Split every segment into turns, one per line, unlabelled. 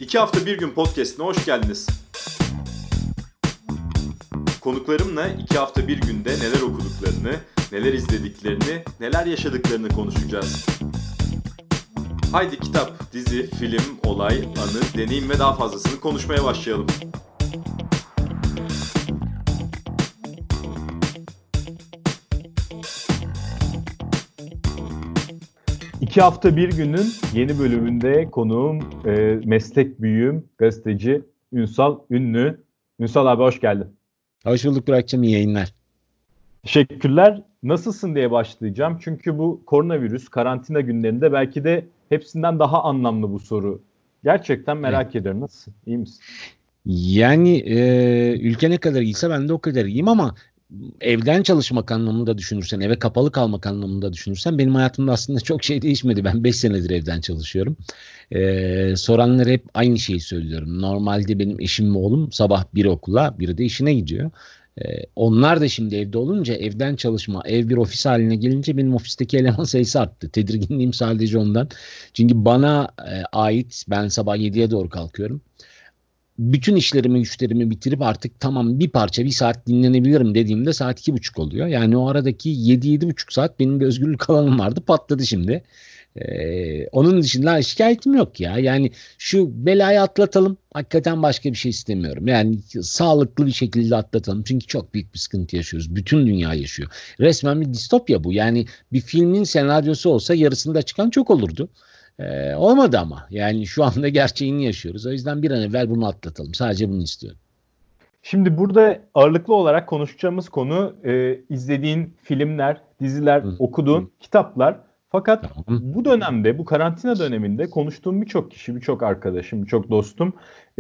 İki hafta bir gün podcastine hoş geldiniz. Konuklarımla iki hafta bir günde neler okuduklarını, neler izlediklerini, neler yaşadıklarını konuşacağız. Haydi kitap, dizi, film, olay, anı, deneyim ve daha fazlasını konuşmaya başlayalım.
İki hafta bir günün yeni bölümünde konuğum meslek büyüğüm, gazeteci Ünsal Ünlü. Ünsal abi hoş geldin.
Hoş bulduk Burak'cığım, iyi yayınlar.
Teşekkürler. Nasılsın diye başlayacağım. Çünkü bu koronavirüs, karantina günlerinde belki de hepsinden daha anlamlı bu soru. Gerçekten merak ediyorum. Nasılsın? İyi misin?
Yani ülke ne kadar iyiyse ben de o kadar iyiyim ama evden çalışmak anlamında düşünürsen, eve kapalı kalmak anlamında düşünürsen benim hayatımda aslında çok şey değişmedi. Ben 5 senedir evden çalışıyorum. Soranlara hep aynı şeyi söylüyorum. Normalde benim eşim ve oğlum sabah biri okula, biri de işine gidiyor. Onlar da şimdi evde olunca evden çalışma, ev bir ofis haline gelince benim ofisteki eleman sayısı arttı. Tedirginliğim sadece ondan. Çünkü bana ait, ben sabah 7'ye doğru kalkıyorum. Bütün işlerimi bitirip artık tamam bir parça bir saat dinlenebilirim dediğimde saat 2.30 oluyor. Yani o aradaki 7-7.5 saat benim bir özgürlük alanım vardı, patladı şimdi. Onun dışında şikayetim yok ya. Yani şu belayı atlatalım. Hakikaten başka bir şey istemiyorum. Yani sağlıklı bir şekilde atlatalım. Çünkü çok büyük bir sıkıntı yaşıyoruz. Bütün dünya yaşıyor. Resmen bir distopya bu. Yani bir filmin senaryosu olsa yarısında çıkan çok olurdu. Olmadı ama. Yani şu anda gerçeğini yaşıyoruz. O yüzden bir an evvel bunu atlatalım. Sadece bunu istiyorum.
Şimdi burada ağırlıklı olarak konuşacağımız konu izlediğin filmler, diziler, okuduğun kitaplar. Fakat bu dönemde, bu karantina döneminde konuştuğum birçok kişi, birçok arkadaşım, birçok dostum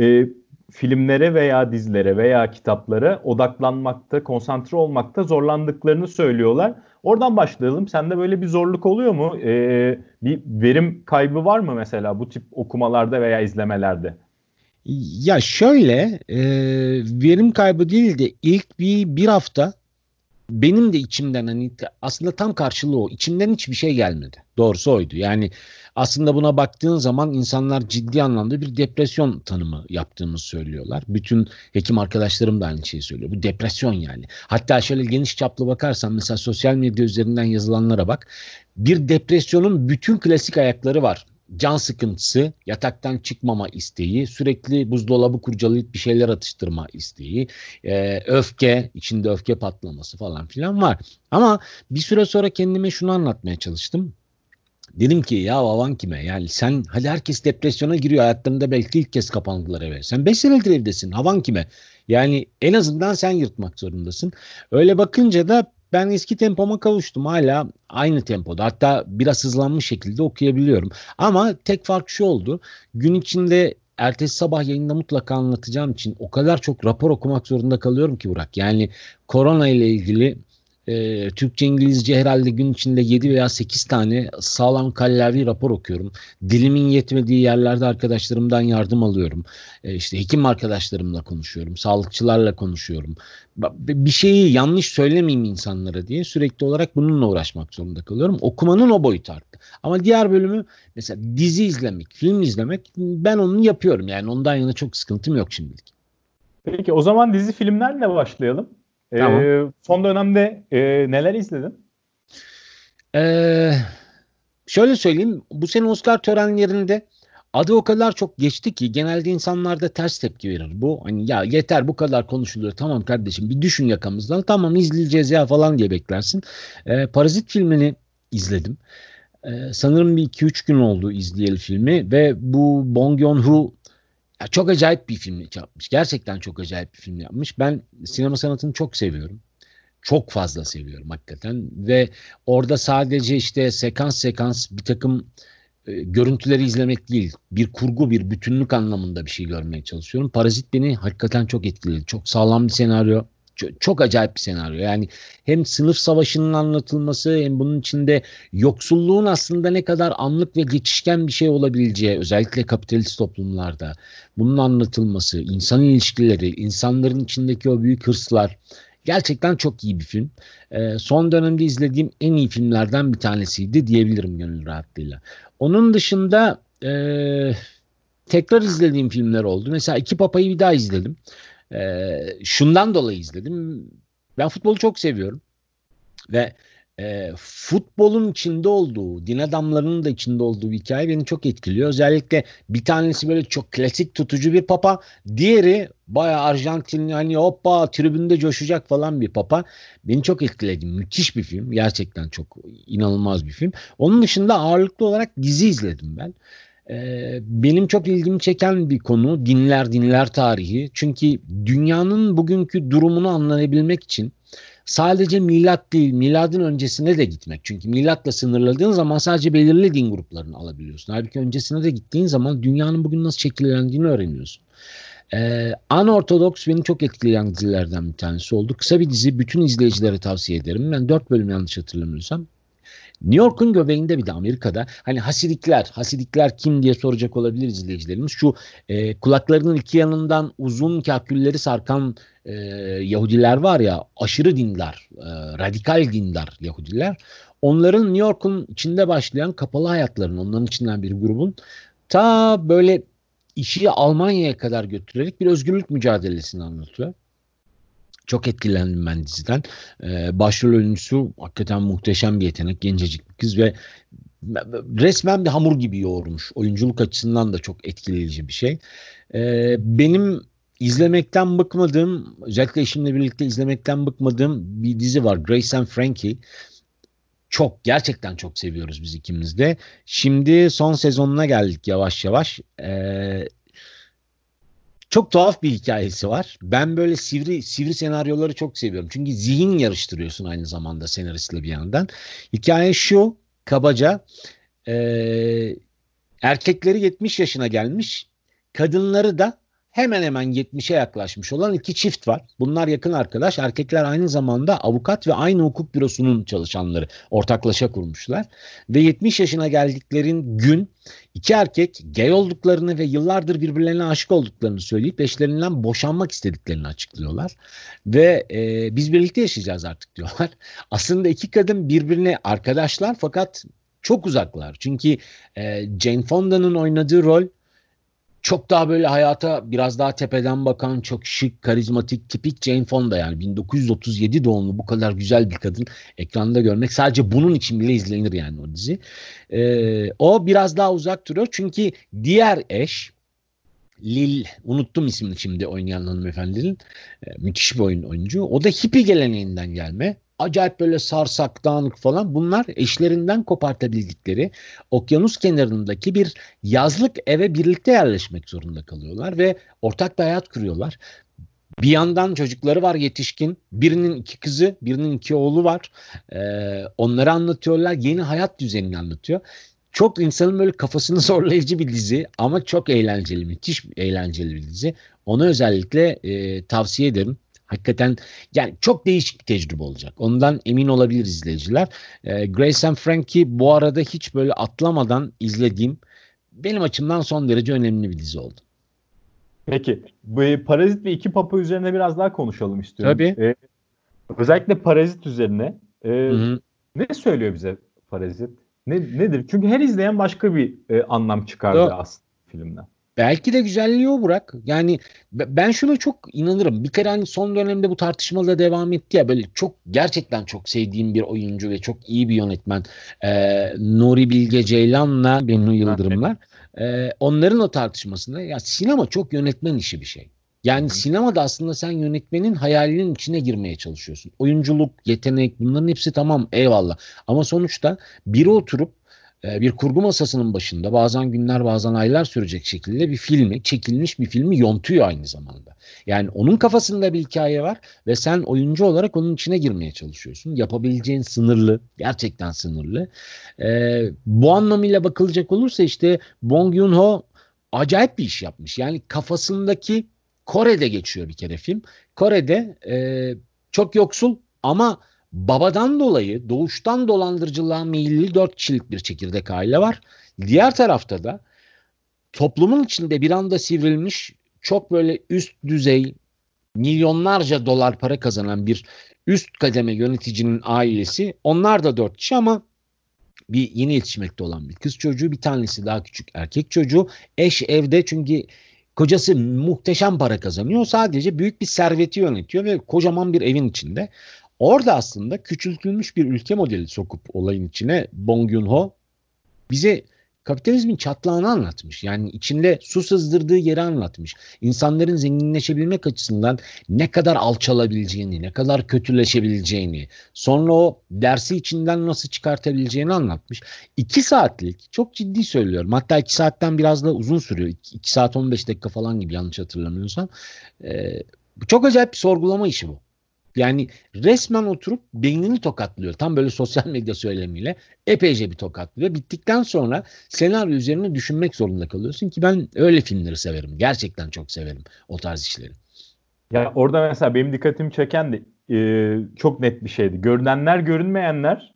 filmlere veya dizilere veya kitaplara odaklanmakta, konsantre olmakta zorlandıklarını söylüyorlar. Oradan başlayalım. Sende böyle bir zorluk oluyor mu? Bir verim kaybı var mı mesela bu tip okumalarda veya izlemelerde?
Ya şöyle, verim kaybı değil de ilk bir hafta benim de içimden hani aslında tam karşılığı o. İçimden hiçbir şey gelmedi. Doğrusu oydu. Yani aslında buna baktığın zaman insanlar ciddi anlamda bir depresyon tanımı yaptığımızı söylüyorlar. Bütün hekim arkadaşlarım da aynı şeyi söylüyor. Bu depresyon yani. Hatta şöyle geniş çaplı bakarsan mesela sosyal medya üzerinden yazılanlara bak. Bir depresyonun bütün klasik ayakları var. Can sıkıntısı, yataktan çıkmama isteği, sürekli buzdolabı kurcalayıp bir şeyler atıştırma isteği, öfke, içinde öfke patlaması falan filan var. Ama bir süre sonra kendime şunu anlatmaya çalıştım. Dedim ki ya avan kime? Yani sen hadi herkes depresyona giriyor. Hayatlarında belki ilk kez kapandılar eve. Sen 5 senedir evdesin. Havan kime? Yani en azından sen yırtmak zorundasın. Öyle bakınca da ben eski tempoma kavuştum. Hala aynı tempoda. Hatta biraz hızlanmış şekilde okuyabiliyorum. Ama tek fark şu oldu. Gün içinde ertesi sabah yayında mutlaka anlatacağım için o kadar çok rapor okumak zorunda kalıyorum ki Burak. Yani korona ile ilgili Türkçe, İngilizce herhalde gün içinde 7 veya 8 tane sağlam kallavi rapor okuyorum. Dilimin yetmediği yerlerde arkadaşlarımdan yardım alıyorum. İşte hekim arkadaşlarımla konuşuyorum. Sağlıkçılarla konuşuyorum. Bir şeyi yanlış söylemeyeyim insanlara diye sürekli olarak bununla uğraşmak zorunda kalıyorum. Okumanın o boyutu arttı. Ama diğer bölümü mesela dizi izlemek, film izlemek ben onu yapıyorum. Yani ondan yana çok sıkıntım yok şimdilik.
Peki o zaman dizi filmlerle başlayalım.
Tamam.
Son dönemde neler izledin?
Şöyle söyleyeyim, bu sene Oscar törenlerinde adı o kadar çok geçti ki genelde insanlar da ters tepki verir. Bu hani ya yeter bu kadar konuşuluyor, tamam kardeşim bir düşün yakamızdan, tamam izleyeceğiz ya falan diye beklersin. Parazit filmini izledim. Sanırım bir 2-3 gün oldu izleyeli filmi ve bu Bong Joon-ho ya çok acayip bir film yapmış. Gerçekten çok acayip bir film yapmış. Ben sinema sanatını çok seviyorum. Çok fazla seviyorum hakikaten ve orada sadece işte sekans sekans bir takım görüntüleri izlemek değil, bir kurgu, bir bütünlük anlamında bir şey görmeye çalışıyorum. Parazit beni hakikaten çok etkiledi. Çok sağlam bir senaryo. Çok acayip bir senaryo. Yani hem sınıf savaşının anlatılması hem bunun içinde yoksulluğun aslında ne kadar anlık ve geçişken bir şey olabileceği, özellikle kapitalist toplumlarda bunun anlatılması, insan ilişkileri, insanların içindeki o büyük hırslar. Gerçekten çok iyi bir film. Son dönemde izlediğim en iyi filmlerden bir tanesiydi diyebilirim gönül rahatlığıyla. Onun dışında tekrar izlediğim filmler oldu. Mesela İki Papa'yı bir daha izledim. Şundan dolayı izledim. Ben futbolu çok seviyorum. Ve futbolun içinde olduğu, din adamlarının da içinde olduğu bir hikaye beni çok etkiliyor. Özellikle bir tanesi böyle çok klasik tutucu bir papa. Diğeri bayağı Arjantin, hani hoppa tribünde coşacak falan bir papa. Beni çok etkiledi. Müthiş bir film. Gerçekten çok inanılmaz bir film. Onun dışında ağırlıklı olarak dizi izledim ben. Benim çok ilgimi çeken bir konu dinler tarihi. Çünkü dünyanın bugünkü durumunu anlayabilmek için sadece milat değil, miladın öncesine de gitmek. Çünkü milatla sınırladığın zaman sadece belirli din gruplarını alabiliyorsun. Halbuki öncesine de gittiğin zaman dünyanın bugün nasıl şekillendiğini öğreniyorsun. Unorthodox beni çok etkileyen dizilerden bir tanesi oldu. Kısa bir dizi, bütün izleyicilere tavsiye ederim. Ben 4 bölüm yanlış hatırlamıyorsam. New York'un göbeğinde, bir de Amerika'da, hani Hasidikler kim diye soracak olabilir izleyicilerimiz. Şu kulaklarının iki yanından uzun kahkülleri sarkan Yahudiler var ya, aşırı dindar, radikal dindar Yahudiler. Onların New York'un içinde başlayan kapalı hayatlarının, onların içinden bir grubun ta böyle işi Almanya'ya kadar götürerek bir özgürlük mücadelesini anlatıyor. Çok etkilendim ben diziden. Başrol oyuncusu hakikaten muhteşem bir yetenek. Gencecik bir kız ve resmen bir hamur gibi yoğurmuş. Oyunculuk açısından da çok etkileyici bir şey. Benim izlemekten bıkmadığım, özellikle eşimle birlikte izlemekten bıkmadığım bir dizi var. Grace and Frankie. Gerçekten çok seviyoruz biz ikimiz de. Şimdi son sezonuna geldik yavaş yavaş. Çok tuhaf bir hikayesi var. Ben böyle sivri senaryoları çok seviyorum. Çünkü zihin yarıştırıyorsun aynı zamanda senaristle bir yandan. Hikaye şu, kabaca erkekleri 70 yaşına gelmiş, kadınları da hemen hemen 70'e yaklaşmış olan iki çift var. Bunlar yakın arkadaş. Erkekler aynı zamanda avukat ve aynı hukuk bürosunun çalışanları. Ortaklaşa kurmuşlar. Ve 70 yaşına geldiklerin gün iki erkek gay olduklarını ve yıllardır birbirlerine aşık olduklarını söyleyip eşlerinden boşanmak istediklerini açıklıyorlar. Ve biz birlikte yaşayacağız artık diyorlar. Aslında iki kadın birbirine arkadaşlar fakat çok uzaklar. Çünkü Jane Fonda'nın oynadığı rol çok daha böyle hayata biraz daha tepeden bakan, çok şık, karizmatik, tipik Jane Fonda, yani 1937 doğumlu bu kadar güzel bir kadın ekranda görmek sadece bunun için bile izlenir yani o dizi. O biraz daha uzak duruyor çünkü diğer eş Lil, unuttum ismini şimdi, oynayan hanımefendinin, müthiş bir oyuncu. O da hippie geleneğinden gelme. Acayip böyle sarsak, dağınık falan. Bunlar eşlerinden kopartabildikleri okyanus kenarındaki bir yazlık eve birlikte yerleşmek zorunda kalıyorlar ve ortak bir hayat kuruyorlar. Bir yandan çocukları var, yetişkin. Birinin iki kızı, birinin iki oğlu var. Onları anlatıyorlar. Yeni hayat düzenini anlatıyor. Çok insanın böyle kafasını zorlayıcı bir dizi ama çok eğlenceli, müthiş eğlenceli bir dizi. Onu özellikle tavsiye ederim. Hakikaten yani çok değişik bir tecrübe olacak. Ondan emin olabilir izleyiciler. Grace and Frankie bu arada hiç böyle atlamadan izlediğim, benim açımdan son derece önemli bir dizi oldu.
Peki, bu Parazit ve İki Papa üzerine biraz daha konuşalım istiyorum.
Tabii.
Özellikle Parazit üzerine.
Hı-hı.
Ne söylüyor bize Parazit? Nedir? Çünkü her izleyen başka bir anlam çıkardı aslında filmden.
Belki de güzelliği o, Burak. Yani ben şuna çok inanırım. Bir kere hani son dönemde bu tartışmalar devam etti ya, böyle çok gerçekten çok sevdiğim bir oyuncu ve çok iyi bir yönetmen. Nuri Bilge Ceylan'la Bennu Yıldırımlar. Onların o tartışmasında ya sinema çok yönetmen işi bir şey. Yani sinemada aslında sen yönetmenin hayalinin içine girmeye çalışıyorsun. Oyunculuk, yetenek, bunların hepsi tamam, eyvallah. Ama sonuçta biri oturup bir kurgu masasının başında bazen günler bazen aylar sürecek şekilde bir filmi, çekilmiş bir filmi yontuyor aynı zamanda. Yani onun kafasında bir hikaye var ve sen oyuncu olarak onun içine girmeye çalışıyorsun. Yapabileceğin sınırlı, gerçekten sınırlı. Bu anlamıyla bakılacak olursa işte Bong Joon-ho acayip bir iş yapmış. Yani kafasındaki, Kore'de geçiyor bir kere film. Kore'de çok yoksul ama babadan dolayı doğuştan dolandırıcılığa meyilli 4 kişilik bir çekirdek aile var. Diğer tarafta da toplumun içinde bir anda sivrilmiş, çok böyle üst düzey, milyonlarca dolar para kazanan bir üst kademe yöneticinin ailesi. Onlar da 4 kişi ama bir yeni yetişmekte olan bir kız çocuğu, bir tanesi daha küçük erkek çocuğu. Eş evde çünkü kocası muhteşem para kazanıyor. Sadece büyük bir serveti yönetiyor ve kocaman bir evin içinde. Orada aslında küçültülmüş bir ülke modeli sokup olayın içine Bong Joon-ho bize kapitalizmin çatlağını anlatmış. Yani içinde su sızdırdığı yeri anlatmış. İnsanların zenginleşebilmek açısından ne kadar alçalabileceğini, ne kadar kötüleşebileceğini, sonra o dersi içinden nasıl çıkartabileceğini anlatmış. 2 saatlik, çok ciddi söylüyorum. Hatta 2 saatten biraz da uzun sürüyor. 2 saat 15 dakika falan gibi, yanlış hatırlamıyorsam. Çok acayip bir sorgulama işi bu. Yani resmen oturup beynini tokatlıyor. Tam böyle sosyal medya söylemiyle epeyce bir tokatlıyor. Bittikten sonra senaryo üzerine düşünmek zorunda kalıyorsun ki ben öyle filmleri severim. Gerçekten çok severim o tarz işleri.
Ya orada mesela benim dikkatimi çeken de çok net bir şeydi. Görünenler, görünmeyenler,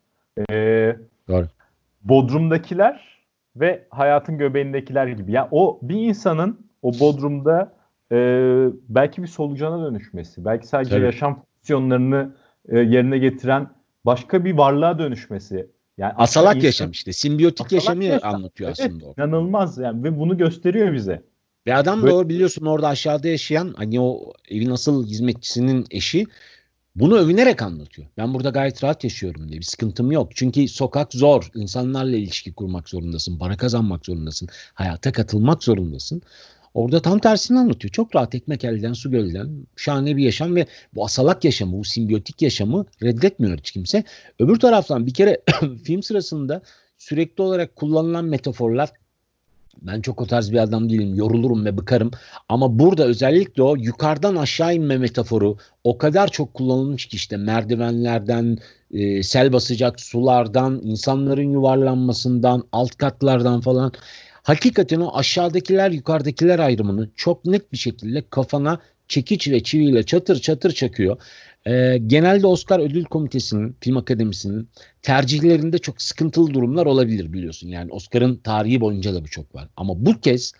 Doğru.
Bodrum'dakiler ve hayatın göbeğindekiler gibi. Ya o bir insanın o Bodrum'da belki bir solucana dönüşmesi, belki sadece
Tabii.
yaşam fonksiyonlarını yerine getiren başka bir varlığa dönüşmesi. Yani
Asalak
insan,
yaşam işte. Simbiyotik yaşamı
yaşam.
anlatıyor
Evet,
aslında o.
inanılmaz yani ve bunu gösteriyor bize.
Ve adam da
Böyle,
o, biliyorsun, orada aşağıda yaşayan, hani o evin asıl hizmetçisinin eşi bunu övünerek anlatıyor. Ben burada gayet rahat yaşıyorum diye. Bir sıkıntım yok. Çünkü sokak zor. İnsanlarla ilişki kurmak zorundasın. Para kazanmak zorundasın. Hayata katılmak zorundasın. Orada tam tersini anlatıyor. Çok rahat, ekmek elden su gölden, şahane bir yaşam ve bu asalak yaşamı, bu simbiyotik yaşamı reddetmiyor hiç kimse. Öbür taraftan bir kere film sırasında sürekli olarak kullanılan metaforlar, ben çok o tarz bir adam değilim. Yorulurum ve bıkarım. Ama burada özellikle o yukarıdan aşağı inme metaforu o kadar çok kullanılmış ki, işte merdivenlerden, sel basacak sulardan, insanların yuvarlanmasından, alt katlardan falan. Hakikaten o aşağıdakiler yukarıdakiler ayrımını çok net bir şekilde kafana çekiç ve çiviyle çatır çatır çakıyor. Genelde Oscar Ödül Komitesi'nin, Film Akademisi'nin tercihlerinde çok sıkıntılı durumlar olabilir, biliyorsun. Yani Oscar'ın tarihi boyunca da bu çok var. Ama bu kez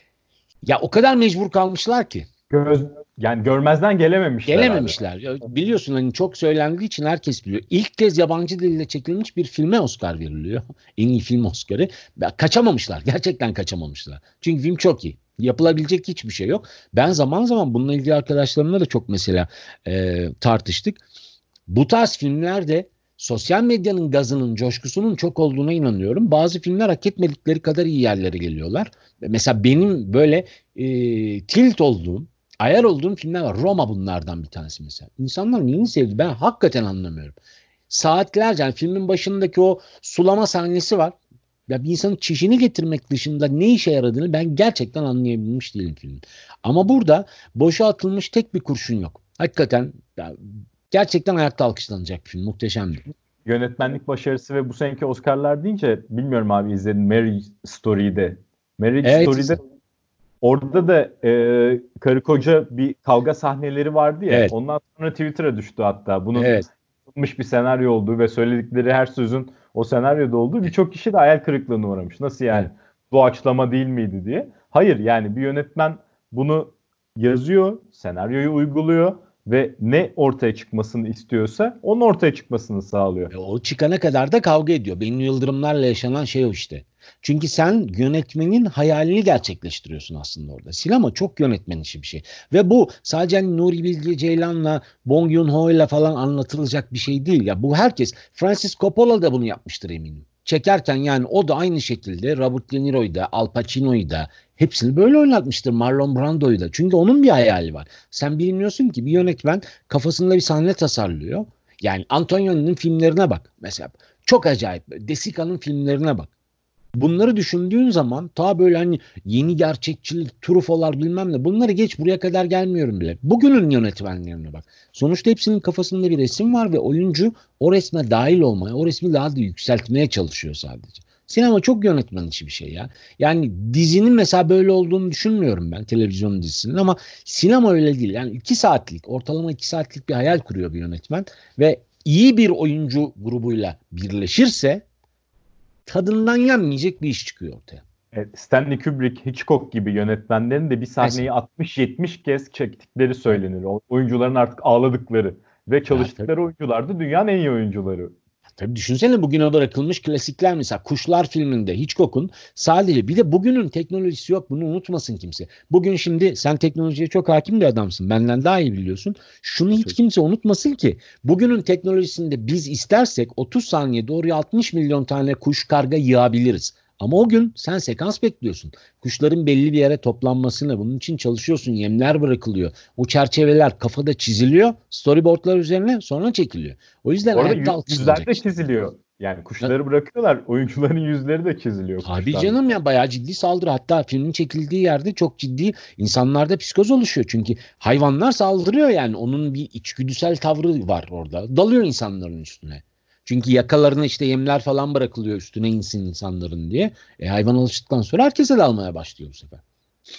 ya o kadar mecbur kalmışlar ki.
yani görmezden gelememişler.
Gelememişler. Ya biliyorsun, hani çok söylendiği için herkes biliyor. İlk kez yabancı dille çekilmiş bir filme Oscar veriliyor. En iyi film Oscar'ı. Kaçamamışlar. Gerçekten kaçamamışlar. Çünkü film çok iyi. Yapılabilecek hiçbir şey yok. Ben zaman zaman bununla ilgili arkadaşlarımla da çok mesela tartıştık. Bu tarz filmlerde sosyal medyanın gazının, coşkusunun çok olduğuna inanıyorum. Bazı filmler hak etmedikleri kadar iyi yerlere geliyorlar. Mesela benim böyle tilt olduğum, ayar olduğum filmler var. Roma bunlardan bir tanesi mesela. İnsanlar niye sevdi? Ben hakikaten anlamıyorum. Saatlerce, yani filmin başındaki o sulama sahnesi var. Ya bir insanın çişini getirmek dışında ne işe yaradığını ben gerçekten anlayabilmiş değilim filmin. Ama burada boşa atılmış tek bir kurşun yok. Hakikaten ya, gerçekten ayakta alkışlanacak bir film. Muhteşemdi.
Yönetmenlik başarısı ve bu seneki Oscar'lar deyince bilmiyorum abi, izledin Marriage Story'de. Marriage
Evet.
Story'de orada da karı koca bir kavga sahneleri vardı ya.
Evet.
Ondan sonra Twitter'a düştü hatta. Bunun
Evet.
bir senaryo olduğu ve söyledikleri her sözün o senaryoda olduğu, birçok kişi de hayal kırıklığına uğramış. Nasıl yani?
Evet.
Doğaçlama değil miydi diye. Hayır, yani bir yönetmen bunu yazıyor, senaryoyu uyguluyor ve ne ortaya çıkmasını istiyorsa onun ortaya çıkmasını sağlıyor.
O çıkana kadar da kavga ediyor. Bennu Yıldırımlarla yaşanan şey o işte. Çünkü sen yönetmenin hayalini gerçekleştiriyorsun aslında orada. Sinema çok yönetmen işi bir şey. Ve bu sadece hani Nuri Bilge Ceylan'la, Bong Joon-ho'yla falan anlatılacak bir şey değil. Ya bu herkes, Francis Coppola da bunu yapmıştır eminim. Çekerken yani o da aynı şekilde Robert De Niro'yu da, Al Pacino'yu da hepsini böyle oynatmıştır. Marlon Brando'yu da. Çünkü onun bir hayali var. Sen bilmiyorsun ki bir yönetmen kafasında bir sahne tasarlıyor. Yani Antonioni'nin filmlerine bak mesela. Çok acayip. De Sica'nın filmlerine bak. Bunları düşündüğün zaman ta böyle hani yeni gerçekçilik, Truffaut'lar bilmem ne, bunları geç, buraya kadar gelmiyorum bile. Bugünün yönetmenlerine bak. Sonuçta hepsinin kafasında bir resim var ve oyuncu o resme dahil olmaya, o resmi daha da yükseltmeye çalışıyor sadece. Sinema çok yönetmen işi bir şey ya. Yani dizinin mesela böyle olduğunu düşünmüyorum ben, televizyon dizisinin, ama sinema öyle değil. Yani 2 saatlik, ortalama 2 saatlik bir hayal kuruyor bir yönetmen ve iyi bir oyuncu grubuyla birleşirse tadından yenmeyecek bir iş çıkıyor ortaya.
Stanley Kubrick, Hitchcock gibi yönetmenlerin de bir sahneyi 60-70 kez çektikleri söylenir. O oyuncuların artık ağladıkları ve çalıştıkları oyuncular da dünyanın en iyi oyuncuları.
Tabii düşünsene bugüne bırakılmış klasikler, mesela Kuşlar filminde Hitchcock'un sadece, bir de bugünün teknolojisi yok, bunu unutmasın kimse. Bugün, şimdi sen teknolojiye çok hakim bir adamsın, benden daha iyi biliyorsun. Şunu hiç kimse unutmasın ki bugünün teknolojisinde biz istersek 30 saniye doğruya 60 milyon tane kuş, karga yığabiliriz. Ama o gün sen sekans bekliyorsun. Kuşların belli bir yere toplanmasını, bunun için çalışıyorsun. Yemler bırakılıyor. O çerçeveler kafada çiziliyor. Storyboardlar üzerine sonra çekiliyor. O yüzden
Orada
ayakta
yüzler
alkışlanacak
de
işte.
çiziliyor. Yani kuşları bırakıyorlar. Oyuncuların yüzleri de çiziliyor
Tabii
kuşlarla.
canım ya, bayağı ciddi saldırı. Hatta filmin çekildiği yerde çok ciddi insanlarda psikoz oluşuyor. Çünkü hayvanlar saldırıyor yani. Onun bir içgüdüsel tavrı var orada. Dalıyor insanların üstüne. Çünkü yakalarına işte yemler falan bırakılıyor üstüne insin insanların diye. Hayvan alıştıktan sonra herkese dalmaya başlıyor bu sefer.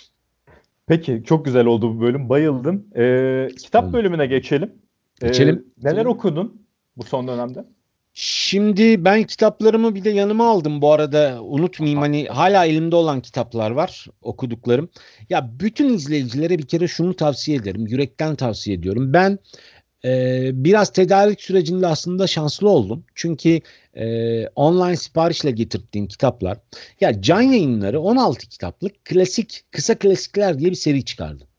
Peki, çok güzel oldu bu bölüm. Bayıldım. Kitap bölümüne geçelim.
Geçelim.
Neler okudun bu son dönemde?
Şimdi ben kitaplarımı bir de yanıma aldım bu arada, unutmayayım, hani hala elimde olan kitaplar var okuduklarım. Ya bütün izleyicilere bir kere şunu tavsiye ederim, yürekten tavsiye ediyorum. Ben biraz tedarik sürecinde aslında şanslı oldum. Çünkü online siparişle getirdiğim kitaplar, ya Can Yayınları 16 kitaplık klasik, kısa klasikler diye bir seri çıkardı.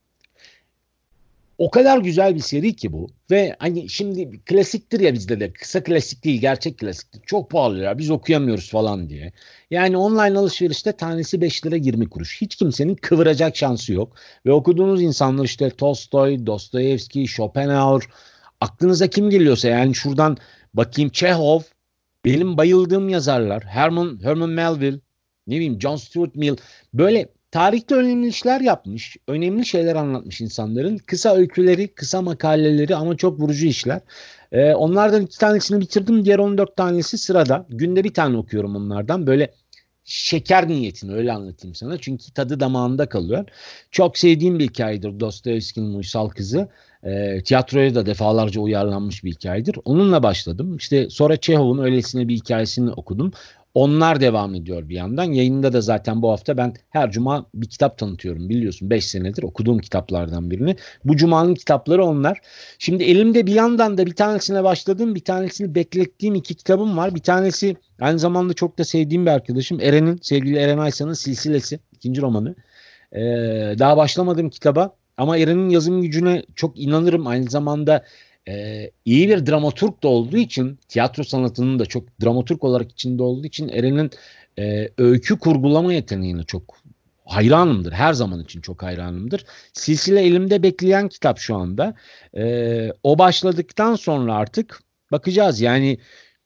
O kadar güzel bir seri ki bu. Ve hani şimdi klasiktir ya, bizde de kısa klasik değil, gerçek klasiktir. Çok pahalı ya, biz okuyamıyoruz falan diye. Yani online alışverişte tanesi 5 lira 20 kuruş. Hiç kimsenin kıvıracak şansı yok. Ve okuduğunuz insanlar işte Tolstoy, Dostoyevski, Schopenhauer, aklınıza kim geliyorsa, yani şuradan bakayım, Chekhov, benim bayıldığım yazarlar. Herman Melville, ne bileyim John Stuart Mill, böyle tarihte önemli işler yapmış, önemli şeyler anlatmış insanların. Kısa öyküleri, kısa makaleleri ama çok vurucu işler. Onlardan 2 tanesini bitirdim. Diğer 14 tanesi sırada. Günde bir tane okuyorum onlardan. Böyle şeker niyetini, öyle anlatayım sana. Çünkü tadı damağında kalıyor. Çok sevdiğim bir hikayedir Dostoyevski'nin Uysal Kızı. Tiyatroya da defalarca uyarlanmış bir hikayedir. Onunla başladım. İşte sonra Çehov'un öylesine bir hikayesini okudum. Onlar devam ediyor bir yandan. Yayında da zaten bu hafta ben her cuma bir kitap tanıtıyorum, biliyorsun. 5 senedir okuduğum kitaplardan birini. Bu cumanın kitapları onlar. Şimdi elimde bir yandan da bir tanesine başladım, bir tanesini beklettiğim 2 kitabım var. Bir tanesi aynı zamanda çok da sevdiğim bir arkadaşım Eren'in, sevgili Eren Aysan'ın Silsilesi, 2. romanı. Daha başlamadım kitaba ama Eren'in yazım gücüne çok inanırım. Aynı zamanda iyi bir dramaturg da olduğu için, tiyatro sanatının da çok dramaturg olarak içinde olduğu için Eren'in öykü kurgulama yeteneğine çok hayranımdır. Her zaman için çok hayranımdır. Silsile elimde bekleyen kitap şu anda. O başladıktan sonra artık bakacağız. Yani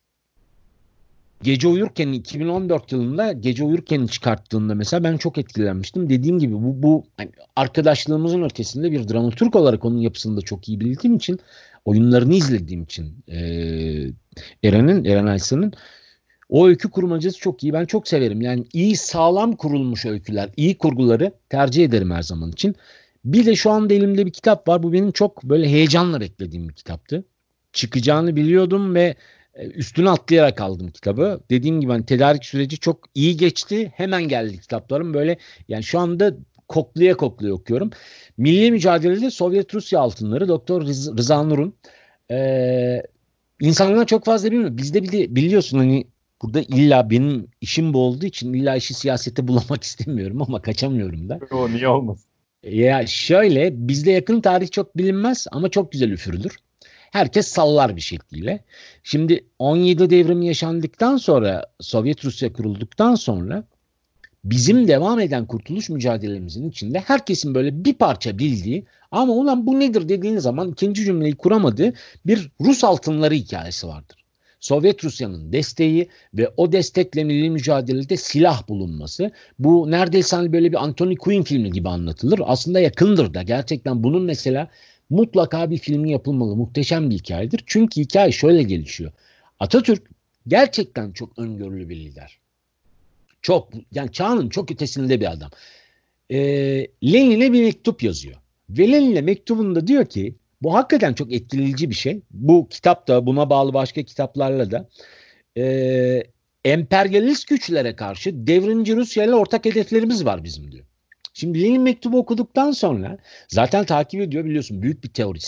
Gece Uyurken 2014 yılında Gece Uyurken'i çıkarttığında mesela ben çok etkilenmiştim. Dediğim gibi bu hani arkadaşlığımızın ötesinde bir dramaturg olarak onun yapısını da çok iyi bildiğim için, oyunlarını izlediğim için Eren Aysan'ın o öykü kurmacası çok iyi. Ben çok severim. Yani iyi, sağlam kurulmuş öyküler, iyi kurguları tercih ederim her zaman için. Bir de şu anda elimde bir kitap var. Bu benim çok böyle heyecanla beklediğim bir kitaptı. Çıkacağını biliyordum ve üstüne atlayarak aldım kitabı. Dediğim gibi hani tedarik süreci çok iyi geçti. Hemen geldi kitaplarım. Böyle yani şu anda koklaya koklaya okuyorum. Milli Mücadele'de Sovyet Rusya altınları, Doktor Rıza Nur'un. İnsanlar çok fazla bilmiyor. Bizde bir de biliyorsun hani burada illa benim işim bu olduğu için illa işi siyasete bulamak istemiyorum ama kaçamıyorum da.
O niye olmasın?
Ya şöyle, bizde yakın tarih çok bilinmez ama çok güzel üfürülür. Herkes sallar bir şekliyle. Şimdi 17 devrimi yaşandıktan sonra, Sovyet Rusya kurulduktan sonra bizim devam eden kurtuluş mücadelemizin içinde herkesin böyle bir parça bildiği ama ulan bu nedir dediğin zaman ikinci cümleyi kuramadığı bir Rus altınları hikayesi vardır. Sovyet Rusya'nın desteği ve o destekle milli mücadelede silah bulunması, bu neredeyse hani böyle bir Anthony Quinn filmi gibi anlatılır. Aslında yakındır da, gerçekten bunun mesela mutlaka bir filmi yapılmalı. Muhteşem bir hikayedir. Çünkü hikaye şöyle gelişiyor. Atatürk gerçekten çok öngörülü bir lider. Çok, yani çağının çok ötesinde bir adam. Lenin'e bir mektup yazıyor. Ve Lenin'e mektubunda diyor ki, bu hakikaten çok etkileyici bir şey. Bu kitap da, buna bağlı başka kitaplarla da emperyalist güçlere karşı devrimci Rusya ile ortak hedeflerimiz var bizim diyor. Şimdi Lenin mektubu okuduktan sonra zaten takip ediyor, biliyorsun, büyük bir teorisyen.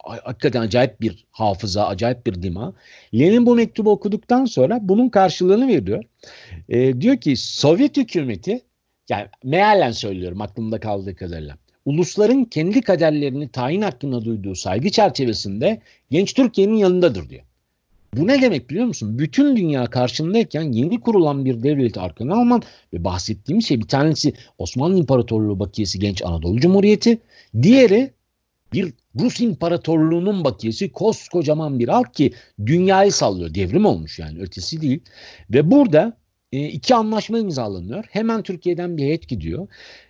hakikaten acayip bir hafıza, acayip bir dima. Lenin bu mektubu okuduktan sonra bunun karşılığını veriyor. Diyor ki Sovyet hükümeti, yani mealen söylüyorum aklımda kaldığı kadarıyla, ulusların kendi kaderlerini tayin hakkında duyduğu saygı çerçevesinde genç Türkiye'nin yanındadır diyor. Bu ne demek biliyor musun? Bütün dünya karşındayken yeni kurulan bir devleti arkana alman ve bahsettiğim şey, bir tanesi Osmanlı İmparatorluğu bakiyesi Genç Anadolu Cumhuriyeti, diğeri bir Rus İmparatorluğu'nun bakiyesi koskocaman bir halk ki dünyayı sallıyor. Devrim olmuş yani, ötesi değil. Ve burada iki anlaşma imzalanıyor. Hemen Türkiye'den bir heyet gidiyor.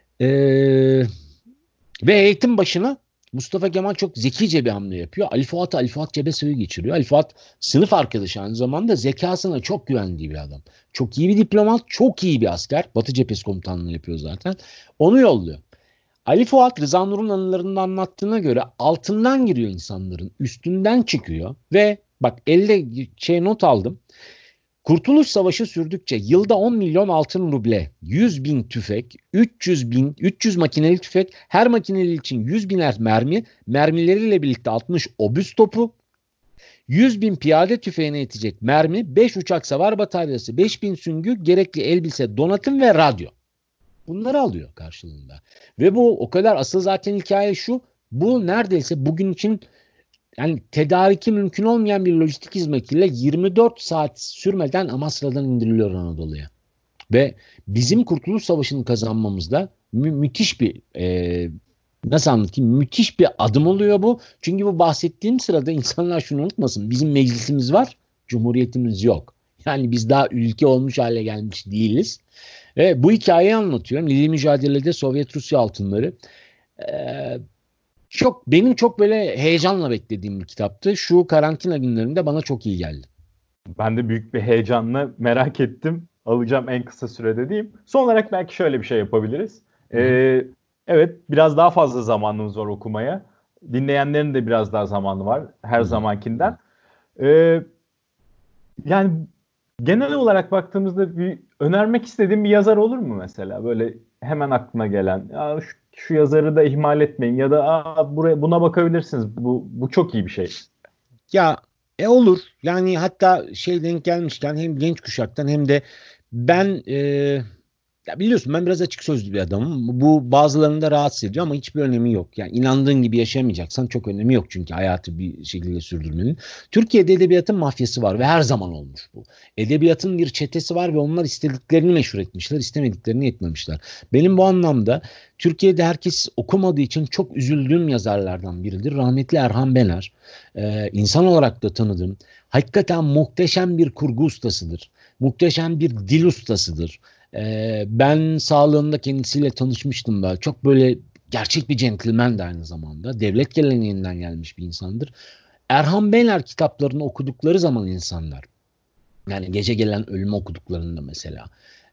Ve heyetin başına Mustafa Kemal çok zekice bir hamle yapıyor. Ali Fuat Cebesoy'u geçiriyor. Ali Fuat sınıf arkadaşı, aynı zamanda zekasına çok güvendiği bir adam. Çok iyi bir diplomat, çok iyi bir asker. Batı Cephesi komutanlığı yapıyor zaten. Onu yolluyor. Ali Fuat, Rıza Nur'un anılarında anlattığına göre altından giriyor insanların, üstünden çıkıyor ve bak elde not aldım. Kurtuluş Savaşı sürdükçe yılda 10 milyon altın ruble, 100 bin tüfek, 300 makineli tüfek, her makineli için 100 biner mermi, mermileriyle birlikte 60 obüs topu, 100 bin piyade tüfeğine yetecek mermi, 5 uçak savar bataryası, 5 bin süngü, gerekli elbise, donatım ve radyo. Bunları alıyor karşılığında. Ve bu o kadar, asıl zaten hikaye şu, bu neredeyse bugün için yani tedariki mümkün olmayan bir lojistik hizmetiyle 24 saat sürmeden Amasra'dan indiriliyor Anadolu'ya. Ve bizim Kurtuluş Savaşı'nı kazanmamızda müthiş bir nasıl anlatayım, müthiş bir adım oluyor bu. Çünkü bu bahsettiğim sırada insanlar şunu unutmasın. Bizim meclisimiz var, cumhuriyetimiz yok. Yani biz daha ülke olmuş hale gelmiş değiliz. Ve bu hikayeyi anlatıyorum. Milli Mücadele'de Sovyet-Rusya altınları. Benim çok böyle heyecanla beklediğim bir kitaptı. Şu karantina günlerinde bana çok iyi geldi.
Ben de büyük bir heyecanla merak ettim. Alacağım en kısa sürede diyeyim. Son olarak belki şöyle bir şey yapabiliriz. Evet, biraz daha fazla zamanımız var okumaya. Dinleyenlerin de biraz daha zamanı var her zamankinden. Yani genel olarak baktığımızda bir önermek istediğim bir yazar olur mu mesela? Böyle hemen aklına gelen, şu yazarı da ihmal etmeyin ya da buna bakabilirsiniz. Bu çok iyi bir şey.
Ya olur. Yani hatta denk gelmişken hem genç kuşaktan hem de ben ya biliyorsun ben biraz açık sözlü bir adamım. Bu bazılarını da rahatsız ediyor ama hiçbir önemi yok. Yani inandığın gibi yaşamayacaksan çok önemi yok çünkü hayatı bir şekilde sürdürmenin. Türkiye'de edebiyatın mafyası var ve her zaman olmuş bu. Edebiyatın bir çetesi var ve onlar istediklerini meşhur etmişler, istemediklerini etmemişler. Benim bu anlamda Türkiye'de herkes okumadığı için çok üzüldüğüm yazarlardan biridir. Rahmetli Erhan Bener. İnsan olarak da tanıdığım, hakikaten muhteşem bir kurgu ustasıdır. Muhteşem bir dil ustasıdır. Ben sağlığında kendisiyle tanışmıştım da. Çok böyle gerçek bir centilmen de aynı zamanda. Devlet geleneğinden gelmiş bir insandır. Erhan Bener kitaplarını okudukları zaman insanlar, yani Gece Gelen Ölümü okuduklarında mesela,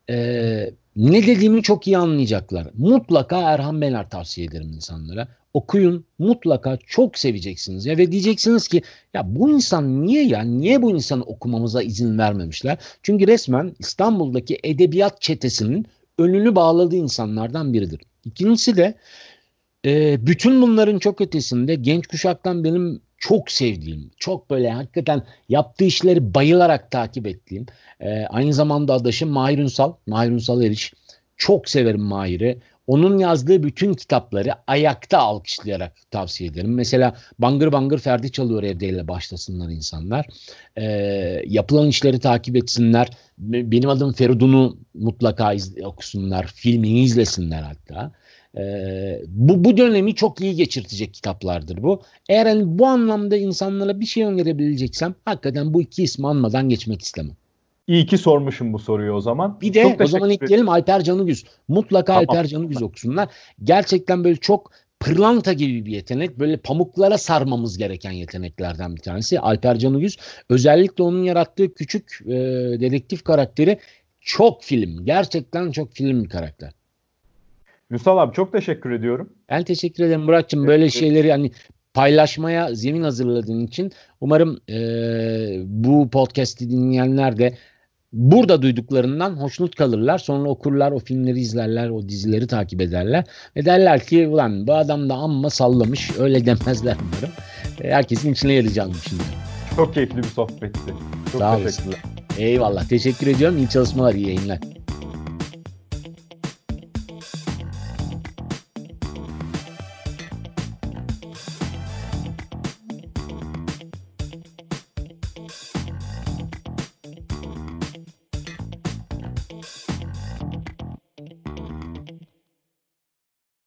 ne dediğimi çok iyi anlayacaklar. Mutlaka Erhan Bener tavsiye ederim insanlara. Okuyun, mutlaka çok seveceksiniz ya ve diyeceksiniz ki ya bu insan niye bu insanı okumamıza izin vermemişler? Çünkü resmen İstanbul'daki edebiyat çetesinin önünü bağladığı insanlardan biridir. İkincisi de bütün bunların çok ötesinde genç kuşaktan benim çok sevdiğim, çok böyle hakikaten yaptığı işleri bayılarak takip ettiğim, aynı zamanda adaşım Mahir Ünsal Eriş. Çok severim Mahir'i. Onun yazdığı bütün kitapları ayakta alkışlayarak tavsiye ederim. Mesela Bangır Bangır Ferdi Çalıyor Evde'yle başlasınlar insanlar. Yapılan işleri takip etsinler. Benim adım Feridun'u mutlaka okusunlar. Filmini izlesinler hatta. Bu dönemi çok iyi geçirtecek kitaplardır bu. Eğer bu anlamda insanlara bir şey önerebileceksem hakikaten bu iki ismi anmadan geçmek istemem.
İyi ki sormuşum bu soruyu o zaman.
Bir de o zaman ekleyelim Alper Canıgüz. Mutlaka tamam. Alper Canıgüz okusunlar. Gerçekten böyle çok pırlanta gibi bir yetenek. Böyle pamuklara sarmamız gereken yeteneklerden bir tanesi. Alper Canıgüz. Özellikle onun yarattığı küçük dedektif karakteri çok film. Gerçekten çok film bir karakter.
Ünsal abi çok teşekkür ediyorum.
Ben teşekkür ederim Murat'cığım. Böyle şeyleri hani paylaşmaya zemin hazırladığın için. Umarım bu podcast'i dinleyenler de burada duyduklarından hoşnut kalırlar. Sonra okurlar, o filmleri izlerler, o dizileri takip ederler. Ve derler ki ulan bu adam da amma sallamış. Öyle demezler umarım. Herkesin içine yarayacağım şimdi.
Çok keyifli bir sohbetti. Çok
Sağ
teşekkürler.
olasın. Eyvallah. Teşekkür ediyorum. İyi çalışmalar, iyi yayınlar.